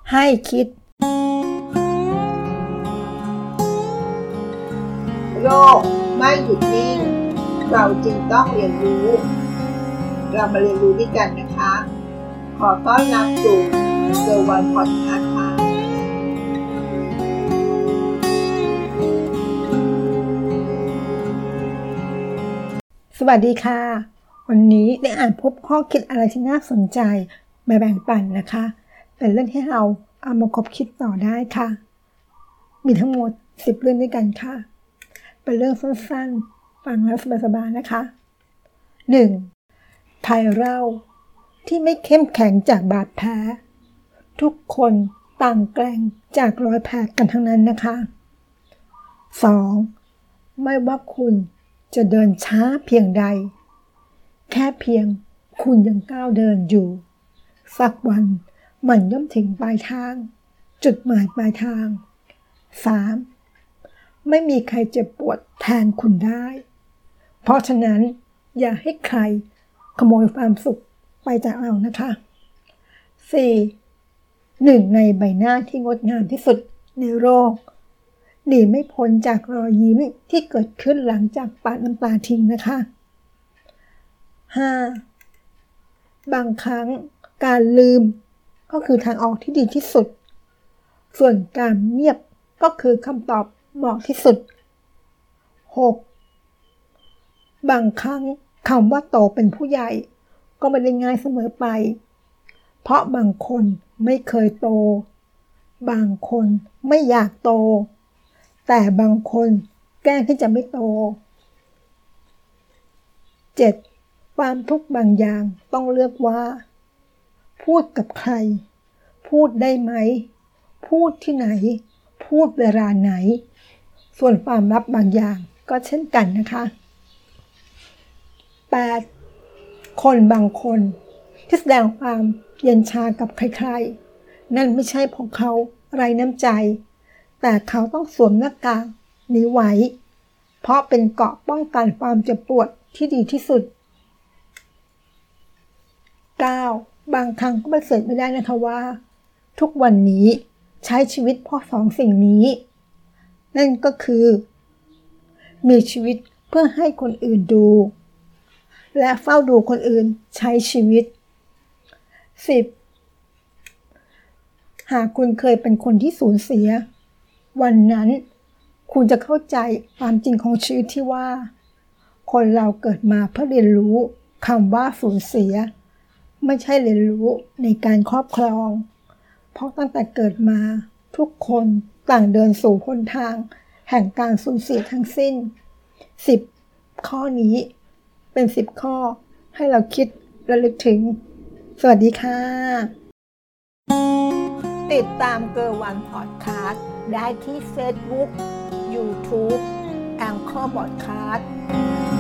ให้คิดโลกไม่หยุดนิ่งเราจึงต้องเรียนรู้เรามาเรียนรู้ด้วยกันนะคะขอต้อนรับสู่เซอร์วันพอดคาสต์ค่ะสวัสดีค่ะวันนี้ได้อ่านพบข้อคิดอะไรที่น่าสนใจมาแบ่งปันนะคะเป็นเรื่องที่เราเอามาคบคิดต่อได้ค่ะมีทั้งหมด10เรื่องด้วยกันค่ะเป็นเรื่องสั้นๆฟังแล้วสบายๆนะคะ 1. ไทยเราที่ไม่เข้มแข็งจากบาดแผลทุกคนต่างแกร่งจากรอยแผลกันทั้งนั้นนะคะ 2. ไม่ว่าคุณจะเดินช้าเพียงใดแค่เพียงคุณยังก้าวเดินอยู่สักวันมันย่อมถึงปลายทางจุดหมายปลายทาง 3. ไม่มีใครเจ็บปวดแทนคุณได้เพราะฉะนั้นอย่าให้ใครขโมยความสุขไปจากเรานะคะ 4. หนึ่งในใบหน้าที่งดงามที่สุดในโลกหนีไม่พ้นจากรอยยิ้มที่เกิดขึ้นหลังจากปาดน้ำตาทิ้งนะคะ 5. บางครั้งการลืมก็คือทางออกที่ดีที่สุดส่วนการเงียบก็คือคำตอบเหมาะที่สุด 6. บางครั้งคำว่าโตเป็นผู้ใหญ่ก็ไม่ได้ง่ายเสมอไปเพราะบางคนไม่เคยโตบางคนไม่อยากโตแต่บางคนแกล้งที่จะไม่โต 7. ความทุกข์บางอย่างต้องเลือกว่าพูดกับใครพูดได้ไหมพูดที่ไหนพูดเวลาไหนส่วนความลับบางอย่างก็เช่นกันนะคะ 8. คนบางคนที่แสดงความเย็นชากับใครๆนั่นไม่ใช่เพราะเขาไร้น้ำใจแต่เขาต้องสวมหน้ากากนี้ไว้เพราะเป็นเกราะป้องกันความเจ็บปวดที่ดีที่สุด 9. บางครั้งก็ปฏิเสธไม่ได้นะคะว่าทุกวันนี้ใช้ชีวิตเพราะ2 สิ่งนี้นั่นก็คือมีชีวิตเพื่อให้คนอื่นดูและเฝ้าดูคนอื่นใช้ชีวิต 10. หากคุณเคยเป็นคนที่สูญเสียวันนั้นคุณจะเข้าใจความจริงของชีวิตที่ว่าคนเราเกิดมาเพื่อเรียนรู้คำว่าสูญเสียไม่ใช่เรียนรู้ในการครอบครองเพราะตั้งแต่เกิดมาทุกคนต่างเดินสู่หนทางแห่งการสูญเสียทั้งสิ้น10ข้อนี้เป็น10ข้อให้เราคิดระลึกถึงสวัสดีค่ะติดตามเกอร์วันพอดคาสต์ได้ที่ Facebook YouTube Anchor Podcast